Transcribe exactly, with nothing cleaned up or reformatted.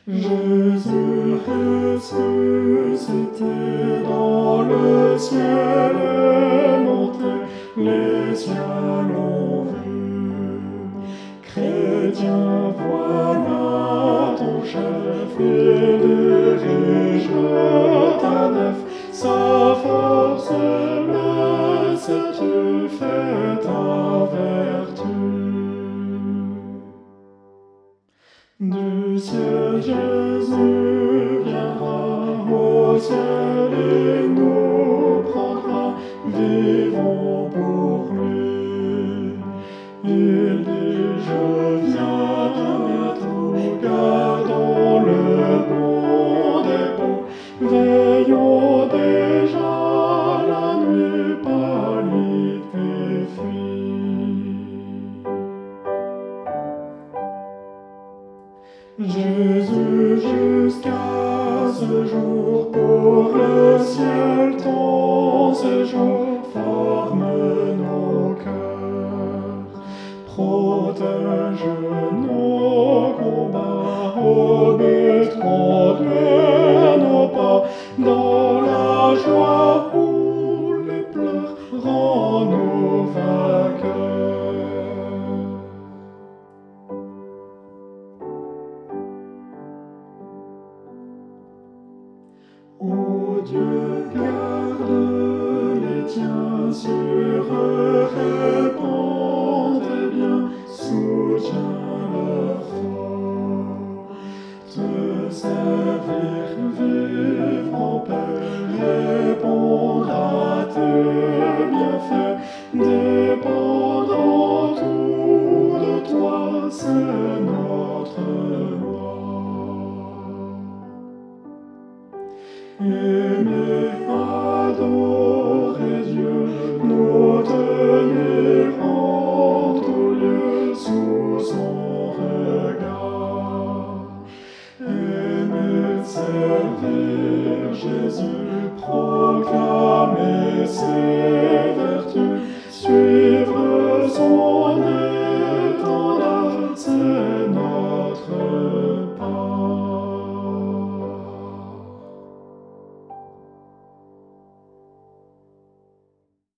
Jésus ressuscité dans le ciel est monté, les cieux l'ont vu. Chrétien, voilà ton chef, il dirige ta nef, sa force le sait, tu fais ta vertu. Du ciel Jésus viendra, au ciel il nous prendra, vivons pour lui. Il dit je viens bientôt, gardons le bon dépôt, veillons déjà la nuit pâlie et fuit. Jésus, jusqu'à ce jour, pour le ciel ton séjour, forme nos cœurs, protège nos combats, au but conduis nos pas, dans la joie ou les pleurs, rends-nous vainqueurs. Ô Dieu, garde les tiens, sur eux répand tes biens, soutiens leurs forts. Te servir, vivre en paix, répondre à tes bienfaits, dépendre en tout de toi, c'est notre loi. Aimer, adorer Dieu, nous tenir en tout lieu sous son regard. Aimer, servir Jésus, proclamer ses vertus, suivre son